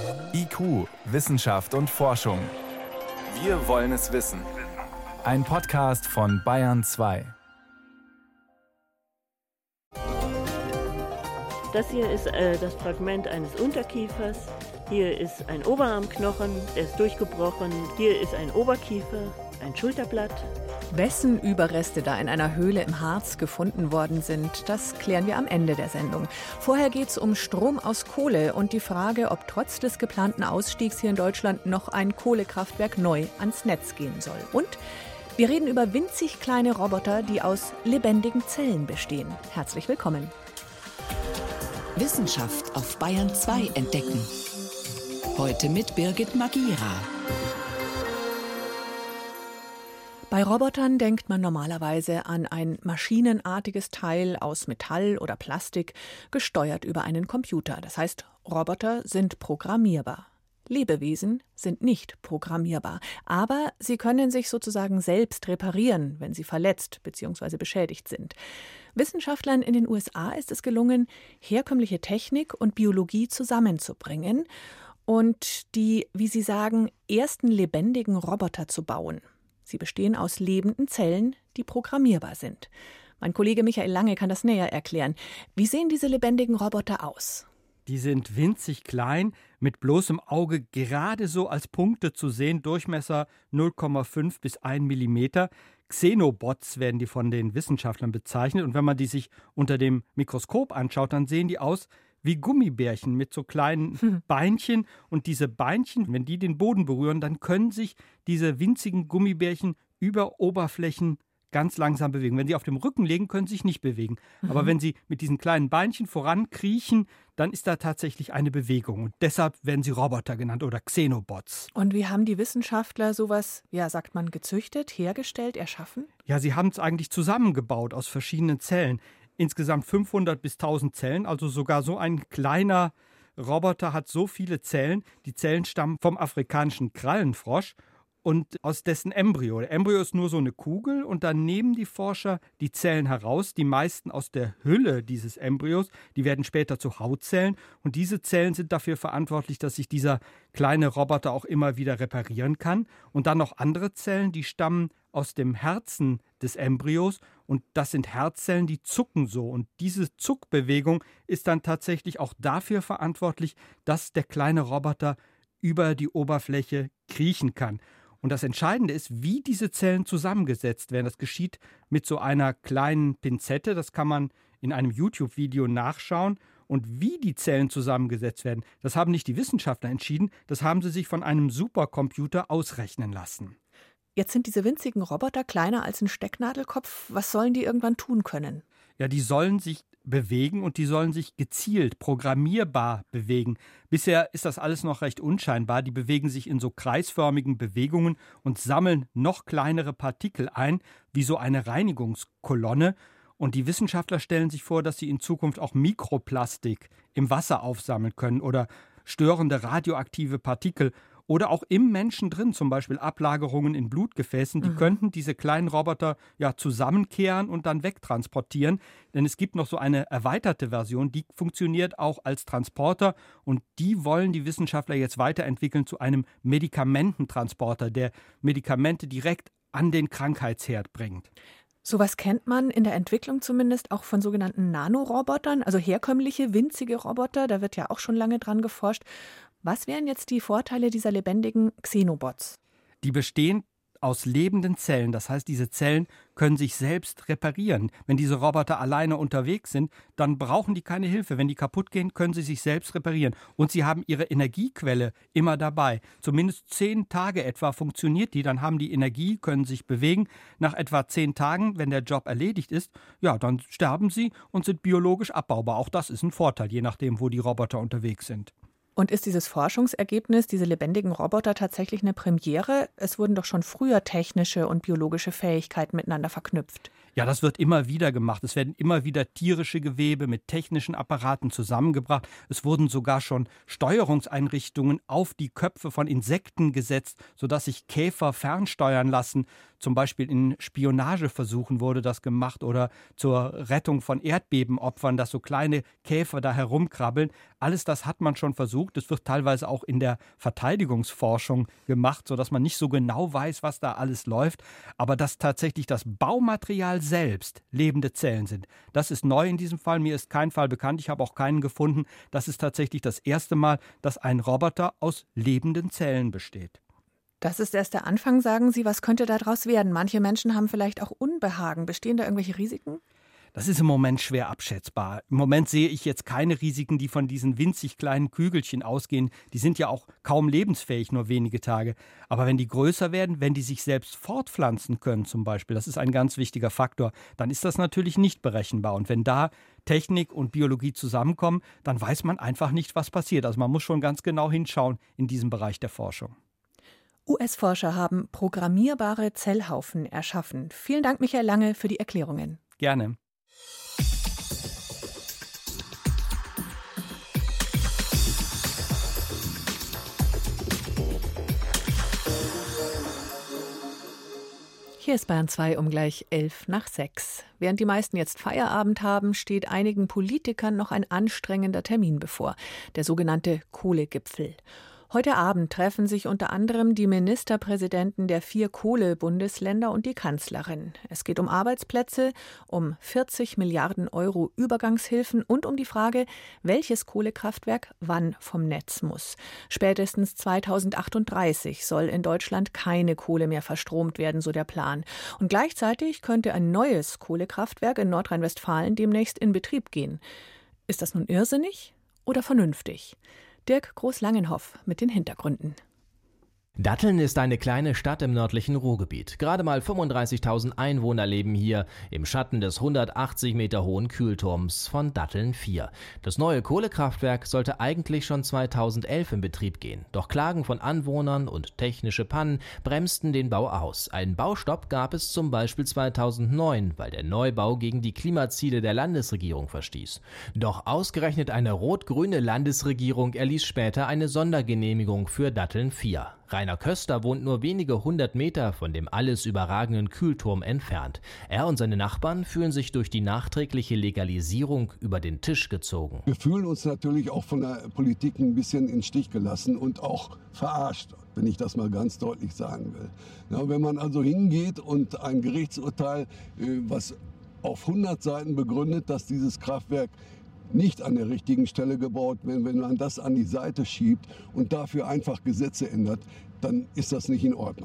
IQ, Wissenschaft und Forschung. Wir wollen es wissen. Ein Podcast von Bayern 2. Das hier ist das Fragment eines Unterkiefers. Hier ist ein Oberarmknochen, der ist durchgebrochen. Hier ist ein Oberkiefer, ein Schulterblatt. Wessen Überreste da in einer Höhle im Harz gefunden worden sind, das klären wir am Ende der Sendung. Vorher geht es um Strom aus Kohle und die Frage, ob trotz des geplanten Ausstiegs hier in Deutschland noch ein Kohlekraftwerk neu ans Netz gehen soll. Und wir reden über winzig kleine Roboter, die aus lebendigen Zellen bestehen. Herzlich willkommen. Wissenschaft auf Bayern 2 entdecken. Heute mit Birgit Magira. Bei Robotern denkt man normalerweise an ein maschinenartiges Teil aus Metall oder Plastik, gesteuert über einen Computer. Das heißt, Roboter sind programmierbar. Lebewesen sind nicht programmierbar, aber sie können sich sozusagen selbst reparieren, wenn sie verletzt bzw. beschädigt sind. Wissenschaftlern in den USA ist es gelungen, herkömmliche Technik und Biologie zusammenzubringen und die, wie sie sagen, ersten lebendigen Roboter zu bauen. Sie bestehen aus lebenden Zellen, die programmierbar sind. Mein Kollege Michael Lange kann das näher erklären. Wie sehen diese lebendigen Roboter aus? Die sind winzig klein, mit bloßem Auge gerade so als Punkte zu sehen, Durchmesser 0,5 bis 1 Millimeter. Xenobots werden die von den Wissenschaftlern bezeichnet. Und wenn man die sich unter dem Mikroskop anschaut, dann sehen die aus wie Gummibärchen mit so kleinen Beinchen. Und diese Beinchen, wenn die den Boden berühren, dann können sich diese winzigen Gummibärchen über Oberflächen ganz langsam bewegen. Wenn sie auf dem Rücken liegen, können sie sich nicht bewegen. Aber wenn sie mit diesen kleinen Beinchen vorankriechen, dann ist da tatsächlich eine Bewegung. Und deshalb werden sie Roboter genannt oder Xenobots. Und wie haben die Wissenschaftler sowas, ja, sagt man, gezüchtet, hergestellt, erschaffen? Ja, sie haben es eigentlich zusammengebaut aus verschiedenen Zellen. Insgesamt 500 bis 1000 Zellen, also sogar so ein kleiner Roboter hat so viele Zellen. Die Zellen stammen vom afrikanischen Krallenfrosch und aus dessen Embryo. Der Embryo ist nur so eine Kugel und dann nehmen die Forscher die Zellen heraus, die meisten aus der Hülle dieses Embryos, die werden später zu Hautzellen und diese Zellen sind dafür verantwortlich, dass sich dieser kleine Roboter auch immer wieder reparieren kann. Und dann noch andere Zellen, die stammen aus dem Herzen des Embryos und das sind Herzzellen, die zucken so und diese Zuckbewegung ist dann tatsächlich auch dafür verantwortlich, dass der kleine Roboter über die Oberfläche kriechen kann. Und das Entscheidende ist, wie diese Zellen zusammengesetzt werden. Das geschieht mit so einer kleinen Pinzette. Das kann man in einem YouTube-Video nachschauen. Und wie die Zellen zusammengesetzt werden, das haben nicht die Wissenschaftler entschieden. Das haben sie sich von einem Supercomputer ausrechnen lassen. Jetzt sind diese winzigen Roboter kleiner als ein Stecknadelkopf. Was sollen die irgendwann tun können? Ja, die sollen sich bewegen und die sollen sich gezielt, programmierbar bewegen. Bisher ist das alles noch recht unscheinbar. Die bewegen sich in so kreisförmigen Bewegungen und sammeln noch kleinere Partikel ein, wie so eine Reinigungskolonne. Und die Wissenschaftler stellen sich vor, dass sie in Zukunft auch Mikroplastik im Wasser aufsammeln können oder störende radioaktive Partikel oder auch im Menschen drin, zum Beispiel Ablagerungen in Blutgefäßen, die könnten diese kleinen Roboter ja zusammenkehren und dann wegtransportieren. Denn es gibt noch so eine erweiterte Version, die funktioniert auch als Transporter und die wollen die Wissenschaftler jetzt weiterentwickeln zu einem Medikamententransporter, der Medikamente direkt an den Krankheitsherd bringt. Sowas kennt man in der Entwicklung zumindest auch von sogenannten Nanorobotern, also herkömmliche, winzige Roboter. Da wird ja auch schon lange dran geforscht. Was wären jetzt die Vorteile dieser lebendigen Xenobots? Die bestehen aus lebenden Zellen. Das heißt, diese Zellen können sich selbst reparieren. Wenn diese Roboter alleine unterwegs sind, dann brauchen die keine Hilfe. Wenn die kaputt gehen, können sie sich selbst reparieren. Und sie haben ihre Energiequelle immer dabei. Zumindest 10 Tage etwa funktioniert die. Dann haben die Energie, können sich bewegen. Nach etwa 10 Tagen, wenn der Job erledigt ist, ja, dann sterben sie und sind biologisch abbaubar. Auch das ist ein Vorteil, je nachdem, wo die Roboter unterwegs sind. Und ist dieses Forschungsergebnis, diese lebendigen Roboter, tatsächlich eine Premiere? Es wurden doch schon früher technische und biologische Fähigkeiten miteinander verknüpft. Ja, das wird immer wieder gemacht. Es werden immer wieder tierische Gewebe mit technischen Apparaten zusammengebracht. Es wurden sogar schon Steuerungseinrichtungen auf die Köpfe von Insekten gesetzt, sodass sich Käfer fernsteuern lassen. Zum Beispiel in Spionageversuchen wurde das gemacht oder zur Rettung von Erdbebenopfern, dass so kleine Käfer da herumkrabbeln. Alles das hat man schon versucht. untersucht. Es wird teilweise auch in der Verteidigungsforschung gemacht, sodass man nicht so genau weiß, was da alles läuft. Aber dass tatsächlich das Baumaterial selbst lebende Zellen sind, das ist neu in diesem Fall. Mir ist kein Fall bekannt. Ich habe auch keinen gefunden. Das ist tatsächlich das erste Mal, dass ein Roboter aus lebenden Zellen besteht. Das ist erst der Anfang, sagen Sie. Was könnte daraus werden? Manche Menschen haben vielleicht auch Unbehagen. Bestehen da irgendwelche Risiken? Das ist im Moment schwer abschätzbar. Im Moment sehe ich jetzt keine Risiken, die von diesen winzig kleinen Kügelchen ausgehen. Die sind ja auch kaum lebensfähig, nur wenige Tage. Aber wenn die größer werden, wenn die sich selbst fortpflanzen können zum Beispiel, das ist ein ganz wichtiger Faktor, dann ist das natürlich nicht berechenbar. Und wenn da Technik und Biologie zusammenkommen, dann weiß man einfach nicht, was passiert. Also man muss schon ganz genau hinschauen in diesem Bereich der Forschung. US-Forscher haben programmierbare Zellhaufen erschaffen. Vielen Dank, Michael Lange, für die Erklärungen. Gerne. Hier ist Bayern 2 um gleich 5:11. Während die meisten jetzt Feierabend haben, steht einigen Politikern noch ein anstrengender Termin bevor, der sogenannte Kohlegipfel. Heute Abend treffen sich unter anderem die Ministerpräsidenten der 4 Kohle-Bundesländer und die Kanzlerin. Es geht um Arbeitsplätze, um 40 Milliarden Euro Übergangshilfen und um die Frage, welches Kohlekraftwerk wann vom Netz muss. Spätestens 2038 soll in Deutschland keine Kohle mehr verstromt werden, so der Plan. Und gleichzeitig könnte ein neues Kohlekraftwerk in Nordrhein-Westfalen demnächst in Betrieb gehen. Ist das nun irrsinnig oder vernünftig? Dirk Groß-Langenhoff mit den Hintergründen. Datteln ist eine kleine Stadt im nördlichen Ruhrgebiet. Gerade mal 35.000 Einwohner leben hier im Schatten des 180 Meter hohen Kühlturms von Datteln 4. Das neue Kohlekraftwerk sollte eigentlich schon 2011 in Betrieb gehen. Doch Klagen von Anwohnern und technische Pannen bremsten den Bau aus. Einen Baustopp gab es zum Beispiel 2009, weil der Neubau gegen die Klimaziele der Landesregierung verstieß. Doch ausgerechnet eine rot-grüne Landesregierung erließ später eine Sondergenehmigung für Datteln 4. Rainer Köster wohnt nur wenige 100 Meter von dem alles überragenden Kühlturm entfernt. Er und seine Nachbarn fühlen sich durch die nachträgliche Legalisierung über den Tisch gezogen. Wir fühlen uns natürlich auch von der Politik ein bisschen in den Stich gelassen und auch verarscht, wenn ich das mal ganz deutlich sagen will. Ja, wenn man also hingeht und ein Gerichtsurteil, was auf 100 Seiten begründet, dass dieses Kraftwerk nicht an der richtigen Stelle gebaut werden, wenn man das an die Seite schiebt und dafür einfach Gesetze ändert, dann ist das nicht in Ordnung.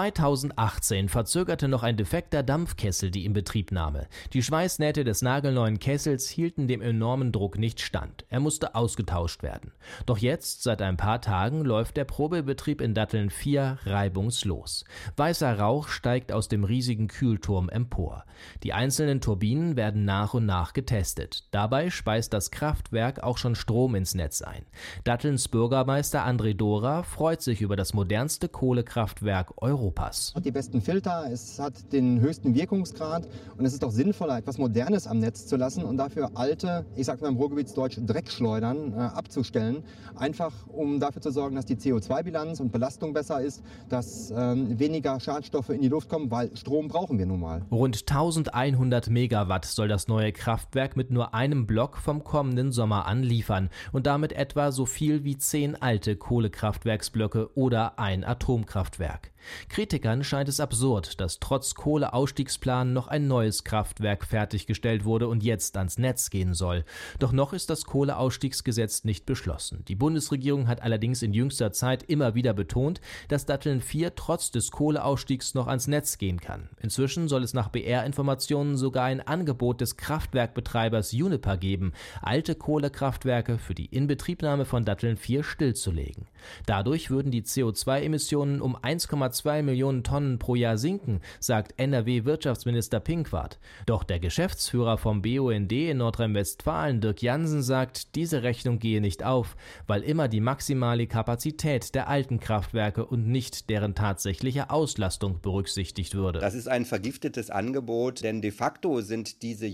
2018 verzögerte noch ein defekter Dampfkessel die Inbetriebnahme. Die Schweißnähte des nagelneuen Kessels hielten dem enormen Druck nicht stand. Er musste ausgetauscht werden. Doch jetzt, seit ein paar Tagen, läuft der Probebetrieb in Datteln 4 reibungslos. Weißer Rauch steigt aus dem riesigen Kühlturm empor. Die einzelnen Turbinen werden nach und nach getestet. Dabei speist das Kraftwerk auch schon Strom ins Netz ein. Dattelns Bürgermeister André Dora freut sich über das modernste Kohlekraftwerk Europas. Die besten Filter, es hat den höchsten Wirkungsgrad und es ist auch sinnvoller, etwas Modernes am Netz zu lassen und dafür alte, ich sage mal im Ruhrgebietsdeutsch, Dreckschleudern abzustellen. Einfach, um dafür zu sorgen, dass die CO2-Bilanz und Belastung besser ist, dass weniger Schadstoffe in die Luft kommen, weil Strom brauchen wir nun mal. Rund 1100 Megawatt soll das neue Kraftwerk mit nur einem Block vom kommenden Sommer an liefern und damit etwa so viel wie 10 alte Kohlekraftwerksblöcke oder ein Atomkraftwerk. Kritikern scheint es absurd, dass trotz Kohleausstiegsplan noch ein neues Kraftwerk fertiggestellt wurde und jetzt ans Netz gehen soll. Doch noch ist das Kohleausstiegsgesetz nicht beschlossen. Die Bundesregierung hat allerdings in jüngster Zeit immer wieder betont, dass Datteln 4 trotz des Kohleausstiegs noch ans Netz gehen kann. Inzwischen soll es nach BR-Informationen sogar ein Angebot des Kraftwerkbetreibers Uniper geben, alte Kohlekraftwerke für die Inbetriebnahme von Datteln 4 stillzulegen. Dadurch würden die CO2-Emissionen um 1,2 Millionen Tonnen pro Jahr sinken, sagt NRW-Wirtschaftsminister Pinkwart. Doch der Geschäftsführer vom BUND in Nordrhein-Westfalen, Dirk Jansen, sagt, diese Rechnung gehe nicht auf, weil immer die maximale Kapazität der alten Kraftwerke und nicht deren tatsächliche Auslastung berücksichtigt würde. Das ist ein vergiftetes Angebot, denn de facto sind diese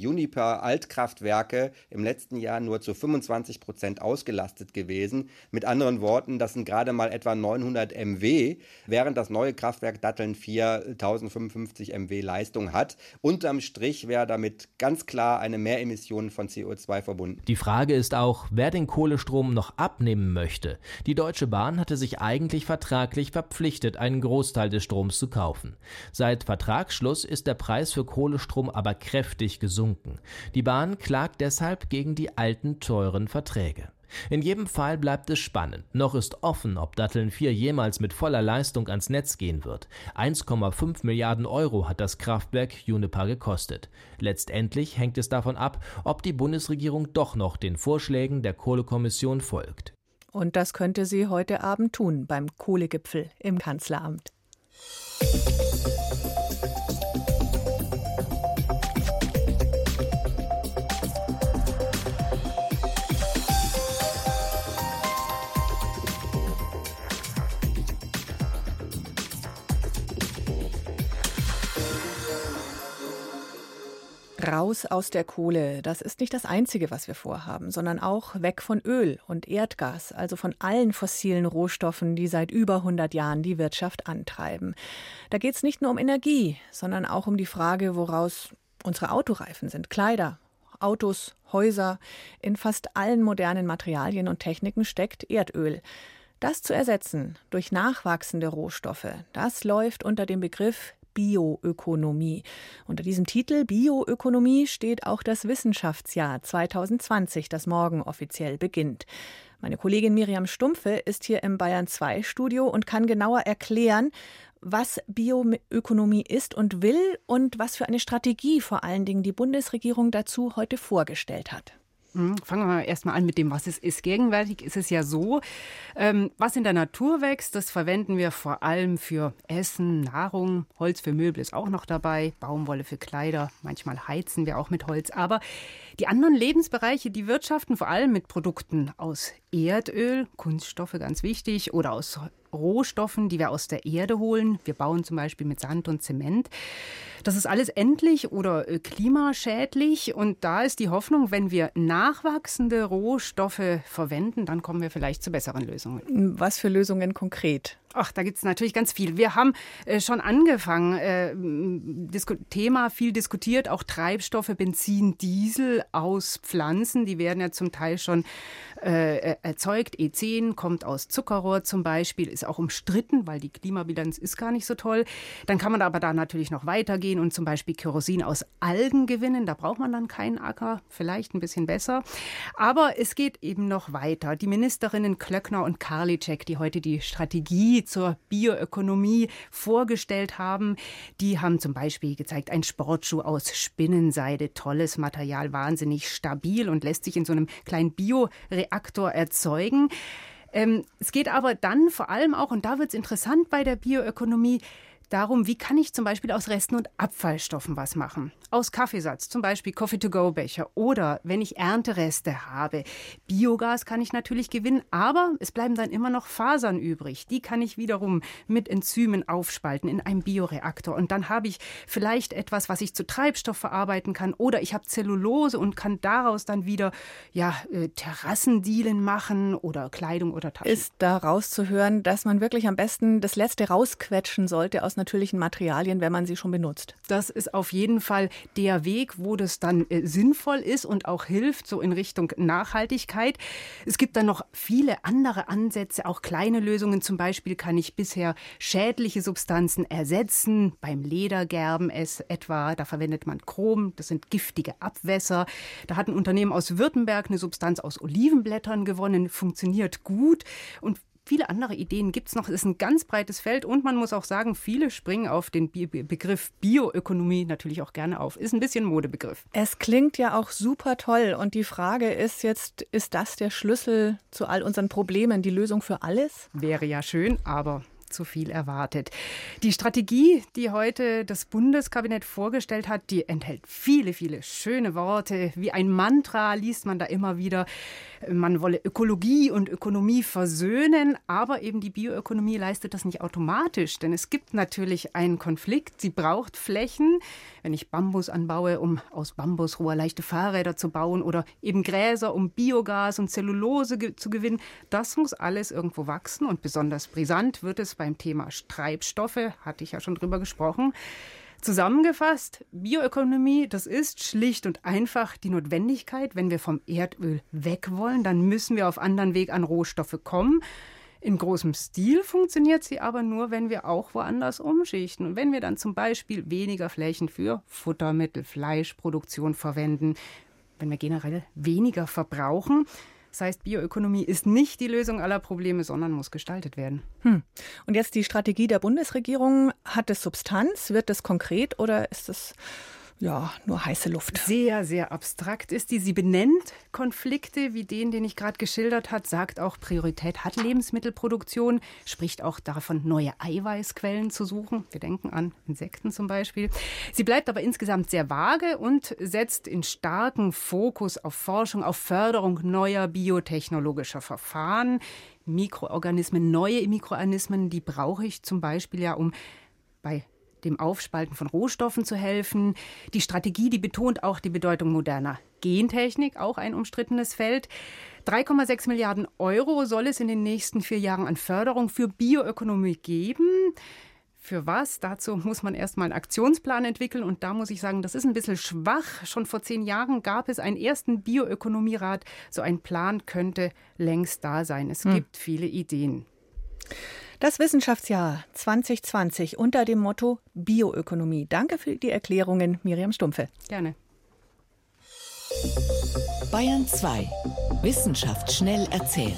Uniper-Altkraftwerke im letzten Jahr nur zu 25% ausgelastet gewesen. Mit anderen Worten, das leisten gerade mal etwa 900 MW, während das neue Kraftwerk Datteln 4 1055 MW Leistung hat. Unterm Strich wäre damit ganz klar eine Mehremission von CO2 verbunden. Die Frage ist auch, wer den Kohlestrom noch abnehmen möchte. Die Deutsche Bahn hatte sich eigentlich vertraglich verpflichtet, einen Großteil des Stroms zu kaufen. Seit Vertragsschluss ist der Preis für Kohlestrom aber kräftig gesunken. Die Bahn klagt deshalb gegen die alten, teuren Verträge. In jedem Fall bleibt es spannend. Noch ist offen, ob Datteln 4 jemals mit voller Leistung ans Netz gehen wird. 1,5 Milliarden Euro hat das Kraftwerk Juniper gekostet. Letztendlich hängt es davon ab, ob die Bundesregierung doch noch den Vorschlägen der Kohlekommission folgt. Und das könnte sie heute Abend tun beim Kohlegipfel im Kanzleramt. Raus aus der Kohle, das ist nicht das Einzige, was wir vorhaben, sondern auch weg von Öl und Erdgas, also von allen fossilen Rohstoffen, die seit über 100 Jahren die Wirtschaft antreiben. Da geht es nicht nur um Energie, sondern auch um die Frage, woraus unsere Autoreifen sind, Kleider, Autos, Häuser. In fast allen modernen Materialien und Techniken steckt Erdöl. Das zu ersetzen durch nachwachsende Rohstoffe, das läuft unter dem Begriff Bioökonomie. Unter diesem Titel Bioökonomie steht auch das Wissenschaftsjahr 2020, das morgen offiziell beginnt. Meine Kollegin Miriam Stumpfe ist hier im Bayern-2-Studio und kann genauer erklären, was Bioökonomie ist und will und was für eine Strategie vor allen Dingen die Bundesregierung dazu heute vorgestellt hat. Fangen wir erstmal an mit dem, was es ist. Gegenwärtig ist es ja so, was in der Natur wächst, das verwenden wir vor allem für Essen, Nahrung. Holz für Möbel ist auch noch dabei, Baumwolle für Kleider. Manchmal heizen wir auch mit Holz. Aber die anderen Lebensbereiche, die wirtschaften vor allem mit Produkten aus Erdöl, Kunststoffe ganz wichtig, oder aus Rohstoffen, die wir aus der Erde holen. Wir bauen zum Beispiel mit Sand und Zement. Das ist alles endlich oder klimaschädlich. Und da ist die Hoffnung, wenn wir nachwachsende Rohstoffe verwenden, dann kommen wir vielleicht zu besseren Lösungen. Was für Lösungen konkret? Ach, da gibt es natürlich ganz viel. Wir haben schon angefangen, Thema viel diskutiert, auch Treibstoffe, Benzin, Diesel aus Pflanzen, die werden ja zum Teil schon erzeugt. E10 kommt aus Zuckerrohr zum Beispiel, ist auch umstritten, weil die Klimabilanz ist gar nicht so toll. Dann kann man aber da natürlich noch weitergehen und zum Beispiel Kerosin aus Algen gewinnen. Da braucht man dann keinen Acker, vielleicht ein bisschen besser. Aber es geht eben noch weiter. Die Ministerinnen Klöckner und Karliczek, die heute die Strategie zur Bioökonomie vorgestellt haben, die haben zum Beispiel gezeigt, ein Sportschuh aus Spinnenseide, tolles Material, wahnsinnig stabil und lässt sich in so einem kleinen Bioreaktor erzeugen. Es geht aber dann vor allem auch, und da wird es interessant bei der Bioökonomie, darum, wie kann ich zum Beispiel aus Resten und Abfallstoffen was machen. Aus Kaffeesatz, zum Beispiel Coffee-to-go-Becher, oder wenn ich Erntereste habe. Biogas kann ich natürlich gewinnen, aber es bleiben dann immer noch Fasern übrig. Die kann ich wiederum mit Enzymen aufspalten in einem Bioreaktor. Und dann habe ich vielleicht etwas, was ich zu Treibstoff verarbeiten kann, oder ich habe Zellulose und kann daraus dann wieder Terrassendielen machen oder Kleidung oder Taschen. Ist da rauszuhören, dass man wirklich am besten das Letzte rausquetschen sollte aus natürlichen Materialien, wenn man sie schon benutzt? Das ist auf jeden Fall der Weg, wo das dann sinnvoll ist und auch hilft, so in Richtung Nachhaltigkeit. Es gibt dann noch viele andere Ansätze, auch kleine Lösungen. Zum Beispiel kann ich bisher schädliche Substanzen ersetzen. Beim Ledergerben etwa, da verwendet man Chrom, das sind giftige Abwässer. Da hat ein Unternehmen aus Württemberg eine Substanz aus Olivenblättern gewonnen, funktioniert gut. Und viele andere Ideen gibt es noch. Es ist ein ganz breites Feld und man muss auch sagen, viele springen auf den Begriff Bioökonomie natürlich auch gerne auf. Ist ein bisschen Modebegriff. Es klingt ja auch super toll und die Frage ist jetzt, ist das der Schlüssel zu all unseren Problemen, die Lösung für alles? Wäre ja schön, aber zu viel erwartet. Die Strategie, die heute das Bundeskabinett vorgestellt hat, die enthält viele, viele schöne Worte. Wie ein Mantra liest man da immer wieder. Man wolle Ökologie und Ökonomie versöhnen, aber eben die Bioökonomie leistet das nicht automatisch, denn es gibt natürlich einen Konflikt. Sie braucht Flächen. Wenn ich Bambus anbaue, um aus Bambusrohr leichte Fahrräder zu bauen oder eben Gräser, um Biogas und Zellulose zu gewinnen, das muss alles irgendwo wachsen und besonders brisant wird es beim Thema Treibstoffe, hatte ich ja schon drüber gesprochen. Zusammengefasst, Bioökonomie, das ist schlicht und einfach die Notwendigkeit. Wenn wir vom Erdöl weg wollen, dann müssen wir auf anderen Weg an Rohstoffe kommen. In großem Stil funktioniert sie aber nur, wenn wir auch woanders umschichten. Und wenn wir dann zum Beispiel weniger Flächen für Futtermittel, Fleischproduktion verwenden, wenn wir generell weniger verbrauchen. Das heißt, Bioökonomie ist nicht die Lösung aller Probleme, sondern muss gestaltet werden. Und jetzt die Strategie der Bundesregierung. Hat es Substanz? Wird es konkret oder ist es nur heiße Luft? Sehr, sehr abstrakt ist die. Sie benennt Konflikte wie den ich gerade geschildert habe, sagt auch, Priorität hat Lebensmittelproduktion, spricht auch davon, neue Eiweißquellen zu suchen. Wir denken an Insekten zum Beispiel. Sie bleibt aber insgesamt sehr vage und setzt in starken Fokus auf Forschung, auf Förderung neuer biotechnologischer Verfahren. Neue Mikroorganismen, die brauche ich zum Beispiel ja, um bei dem Aufspalten von Rohstoffen zu helfen. Die Strategie, die betont auch die Bedeutung moderner Gentechnik, auch ein umstrittenes Feld. 3,6 Milliarden Euro soll es in den nächsten 4 Jahren an Förderung für Bioökonomie geben. Für was? Dazu muss man erst mal einen Aktionsplan entwickeln. Und da muss ich sagen, das ist ein bisschen schwach. Schon vor 10 Jahren gab es einen ersten Bioökonomierat. So ein Plan könnte längst da sein. Es gibt viele Ideen. Das Wissenschaftsjahr 2020 unter dem Motto Bioökonomie. Danke für die Erklärungen, Miriam Stumpfe. Gerne. Bayern 2. Wissenschaft schnell erzählt.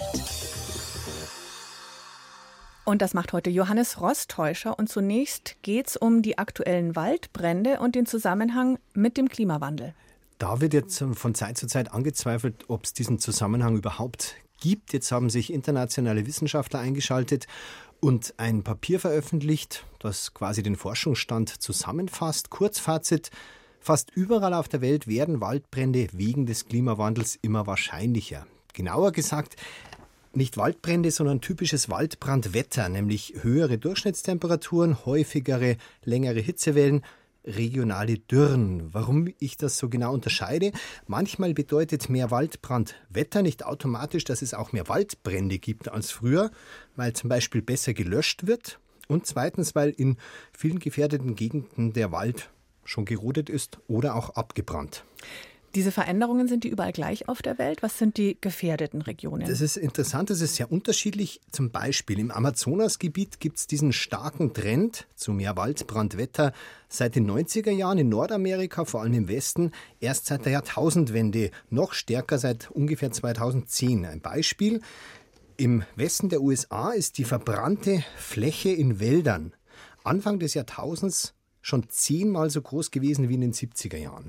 Und das macht heute Johannes Rostäuscher. Und zunächst geht es um die aktuellen Waldbrände und den Zusammenhang mit dem Klimawandel. Da wird jetzt von Zeit zu Zeit angezweifelt, ob es diesen Zusammenhang überhaupt gibt. Jetzt haben sich internationale Wissenschaftler eingeschaltet und ein Papier veröffentlicht, das quasi den Forschungsstand zusammenfasst. Kurzfazit: Fast überall auf der Welt werden Waldbrände wegen des Klimawandels immer wahrscheinlicher. Genauer gesagt, nicht Waldbrände, sondern typisches Waldbrandwetter, nämlich höhere Durchschnittstemperaturen, häufigere, längere Hitzewellen, regionale Dürren. Warum ich das so genau unterscheide? Manchmal bedeutet mehr Waldbrandwetter nicht automatisch, dass es auch mehr Waldbrände gibt als früher, weil zum Beispiel besser gelöscht wird und zweitens, weil in vielen gefährdeten Gegenden der Wald schon gerodet ist oder auch abgebrannt. Diese Veränderungen, sind die überall gleich auf der Welt? Was sind die gefährdeten Regionen? Das ist interessant, das ist sehr unterschiedlich. Zum Beispiel im Amazonasgebiet gibt es diesen starken Trend zu mehr Waldbrandwetter seit den 90er Jahren in Nordamerika, vor allem im Westen, erst seit der Jahrtausendwende, noch stärker seit ungefähr 2010. Ein Beispiel: Im Westen der USA ist die verbrannte Fläche in Wäldern Anfang des Jahrtausends schon 10-mal so groß gewesen wie in den 70er Jahren.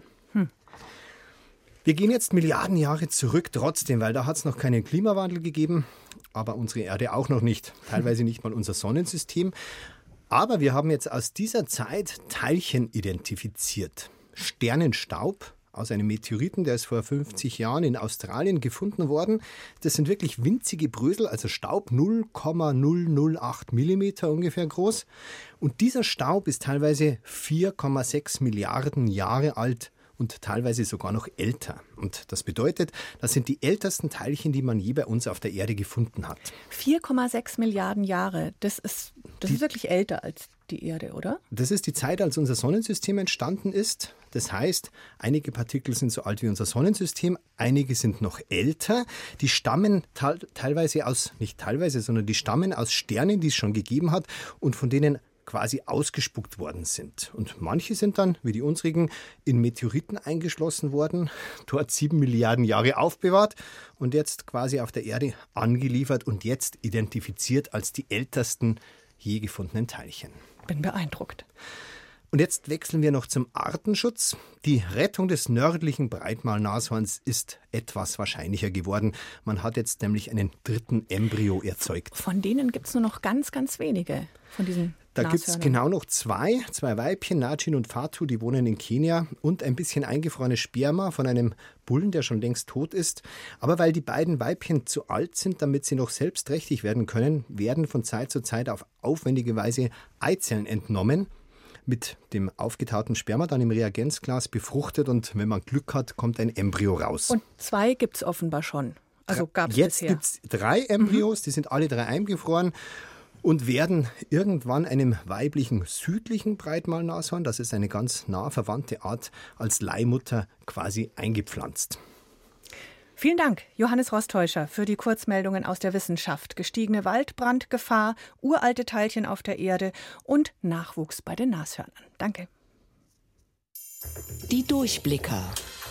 Wir gehen jetzt Milliarden Jahre zurück trotzdem, weil da hat es noch keinen Klimawandel gegeben, aber unsere Erde auch noch nicht, teilweise nicht mal unser Sonnensystem. Aber wir haben jetzt aus dieser Zeit Teilchen identifiziert. Sternenstaub aus einem Meteoriten, der ist vor 50 Jahren in Australien gefunden worden. Das sind wirklich winzige Brösel, also Staub, 0,008 Millimeter ungefähr groß. Und dieser Staub ist teilweise 4,6 Milliarden Jahre alt und teilweise sogar noch älter. Und das bedeutet, das sind die ältesten Teilchen, die man je bei uns auf der Erde gefunden hat. 4,6 Milliarden Jahre, das ist wirklich älter als die Erde, oder? Das ist die Zeit, als unser Sonnensystem entstanden ist. Das heißt, einige Partikel sind so alt wie unser Sonnensystem, einige sind noch älter. Die stammen teilweise aus, nicht teilweise, sondern die stammen aus Sternen, die es schon gegeben hat und von denen quasi ausgespuckt worden sind. Und manche sind dann, wie die unsrigen, in Meteoriten eingeschlossen worden, dort 7 Milliarden Jahre aufbewahrt und jetzt quasi auf der Erde angeliefert und jetzt identifiziert als die ältesten je gefundenen Teilchen. Bin beeindruckt. Und jetzt wechseln wir noch zum Artenschutz. Die Rettung des nördlichen Breitmaulnashorns ist etwas wahrscheinlicher geworden. Man hat jetzt nämlich einen dritten Embryo erzeugt. Von denen gibt es nur noch ganz, ganz wenige von diesen Da gibt es genau noch zwei Weibchen, Najin und Fatu, die wohnen in Kenia, und ein bisschen eingefrorenes Sperma von einem Bullen, der schon längst tot ist. Aber weil die beiden Weibchen zu alt sind, damit sie noch selbstträchtig werden können, werden von Zeit zu Zeit auf aufwendige Weise Eizellen entnommen, mit dem aufgetauten Sperma dann im Reagenzglas befruchtet, und wenn man Glück hat, kommt ein Embryo raus. Und 2 gibt es offenbar schon. Also gab es Jetzt bisher. gibt es 3 Embryos, die sind alle 3 eingefroren und werden irgendwann einem weiblichen südlichen Breitmaulnashorn, das ist eine ganz nah verwandte Art, als Leihmutter quasi eingepflanzt. Vielen Dank, Johannes Rostäuscher, für die Kurzmeldungen aus der Wissenschaft. Gestiegene Waldbrandgefahr, uralte Teilchen auf der Erde und Nachwuchs bei den Nashörnern. Danke. Die Durchblicker.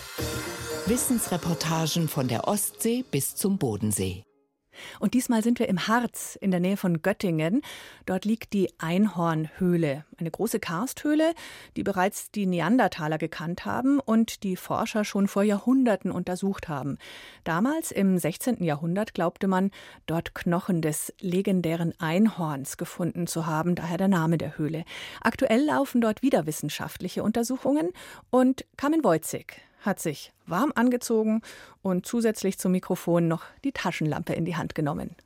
Wissensreportagen von der Ostsee bis zum Bodensee. Und diesmal sind wir im Harz in der Nähe von Göttingen. Dort liegt die Einhornhöhle, eine große Karsthöhle, die bereits die Neandertaler gekannt haben und die Forscher schon vor Jahrhunderten untersucht haben. Damals im 16. Jahrhundert glaubte man, dort Knochen des legendären Einhorns gefunden zu haben, daher der Name der Höhle. Aktuell laufen dort wieder wissenschaftliche Untersuchungen und Carmen Wojcik hat sich warm angezogen und zusätzlich zum Mikrofon noch die Taschenlampe in die Hand genommen.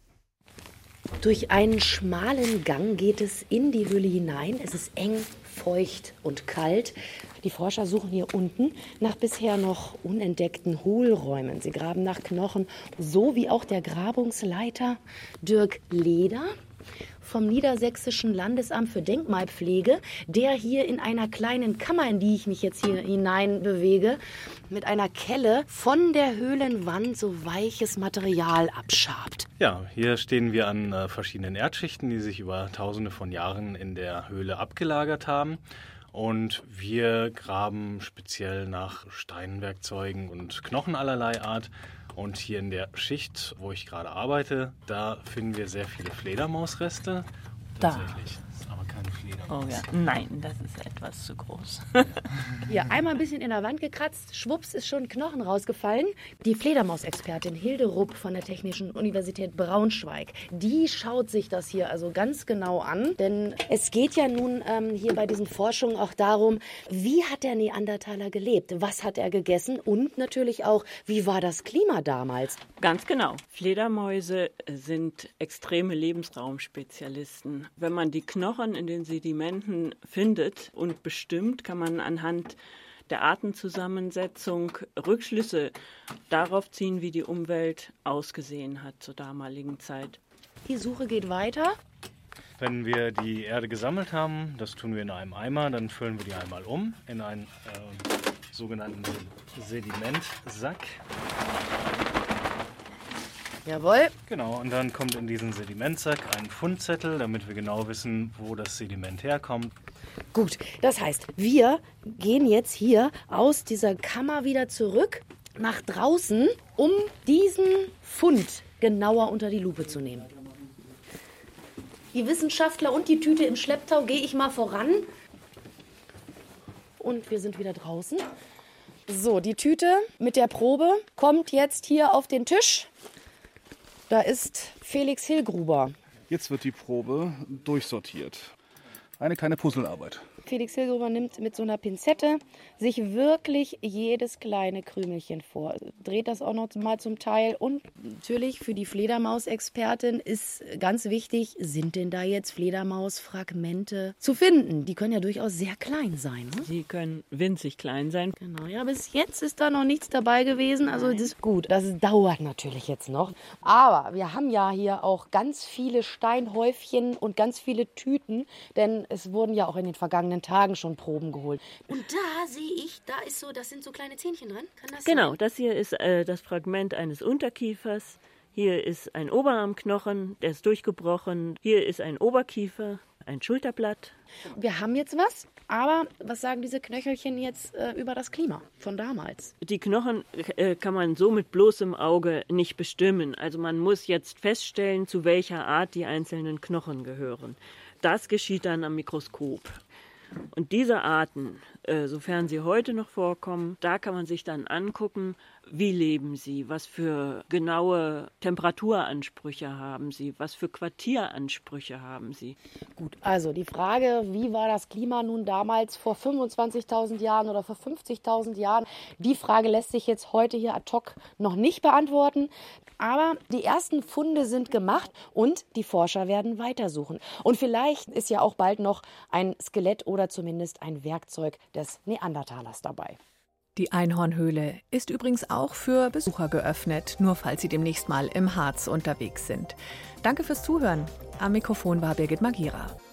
Durch einen schmalen Gang geht es in die Höhle hinein. Es ist eng, feucht und kalt. Die Forscher suchen hier unten nach bisher noch unentdeckten Hohlräumen. Sie graben nach Knochen, so wie auch der Grabungsleiter Dirk Leder vom Niedersächsischen Landesamt für Denkmalpflege, der hier in einer kleinen Kammer, in die ich mich jetzt hier hinein bewege, mit einer Kelle von der Höhlenwand so weiches Material abschabt. Ja, hier stehen wir an verschiedenen Erdschichten, die sich über Tausende von Jahren in der Höhle abgelagert haben. Und wir graben speziell nach Steinwerkzeugen und Knochen allerlei Art. Und hier in der Schicht, wo ich gerade arbeite, da finden wir sehr viele Fledermausreste. Da. Tatsächlich. Das ist aber keine Fledermaus. Oh ja, nein, das ist etwas zu groß. Hier einmal ein bisschen in der Wand gekratzt, schwupps ist schon ein Knochen rausgefallen. Die Fledermausexpertin Hilde Rupp von der Technischen Universität Braunschweig, die schaut sich das hier also ganz genau an. Denn es geht ja nun hier bei diesen Forschungen auch darum, wie hat der Neandertaler gelebt, was hat er gegessen und natürlich auch, wie war das Klima damals. Ganz genau. Fledermäuse sind extreme Lebensraumspezialisten. Wenn man die Knochen in den Sedimenten findet und bestimmt, kann man anhand der Artenzusammensetzung Rückschlüsse darauf ziehen, wie die Umwelt ausgesehen hat zur damaligen Zeit. Die Suche geht weiter. Wenn wir die Erde gesammelt haben, das tun wir in einem Eimer, dann füllen wir die einmal um in einen sogenannten Sedimentsack. Jawohl. Genau, und dann kommt in diesen Sedimentsack ein Fundzettel, damit wir genau wissen, wo das Sediment herkommt. Gut, das heißt, wir gehen jetzt hier aus dieser Kammer wieder zurück nach draußen, um diesen Fund genauer unter die Lupe zu nehmen. Die Wissenschaftler und die Tüte im Schlepptau gehe ich mal voran. Und wir sind wieder draußen. So, die Tüte mit der Probe kommt jetzt hier auf den Tisch. Da ist Felix Hillgruber. Jetzt wird die Probe durchsortiert. Eine kleine Puzzlearbeit. Felix Hillgruber nimmt mit so einer Pinzette sich wirklich jedes kleine Krümelchen vor. Dreht das auch noch mal zum Teil. Und natürlich für die Fledermausexpertin ist ganz wichtig, sind denn da jetzt Fledermausfragmente zu finden? Die können ja durchaus sehr klein sein. Ne? Die können winzig klein sein. Genau, ja, bis jetzt ist da noch nichts dabei gewesen. Also das ist gut. Das dauert natürlich jetzt noch. Aber wir haben ja hier auch ganz viele Steinhäufchen und ganz viele Tüten, denn es wurden ja auch in den vergangenen Tagen schon Proben geholt. Und da sehe ich, das sind so kleine Zähnchen drin. Kann das Genau, sein? das hier ist das Fragment eines Unterkiefers. Hier ist ein Oberarmknochen, der ist durchgebrochen. Hier ist ein Oberkiefer, ein Schulterblatt. Wir haben jetzt was, aber was sagen diese Knöchelchen jetzt über das Klima von damals? Die Knochen kann man so mit bloßem Auge nicht bestimmen. Also man muss jetzt feststellen, zu welcher Art die einzelnen Knochen gehören. Das geschieht dann am Mikroskop. Und diese Arten, sofern sie heute noch vorkommen, da kann man sich dann angucken, wie leben sie, was für genaue Temperaturansprüche haben sie, was für Quartieransprüche haben sie. Gut, also die Frage, wie war das Klima nun damals vor 25.000 Jahren oder vor 50.000 Jahren, die Frage lässt sich jetzt heute hier ad hoc noch nicht beantworten. Aber die ersten Funde sind gemacht und die Forscher werden weitersuchen. Und vielleicht ist ja auch bald noch ein Skelett oder zumindest ein Werkzeug des Neandertalers dabei. Die Einhornhöhle ist übrigens auch für Besucher geöffnet, nur falls Sie demnächst mal im Harz unterwegs sind. Danke fürs Zuhören. Am Mikrofon war Birgit Magira.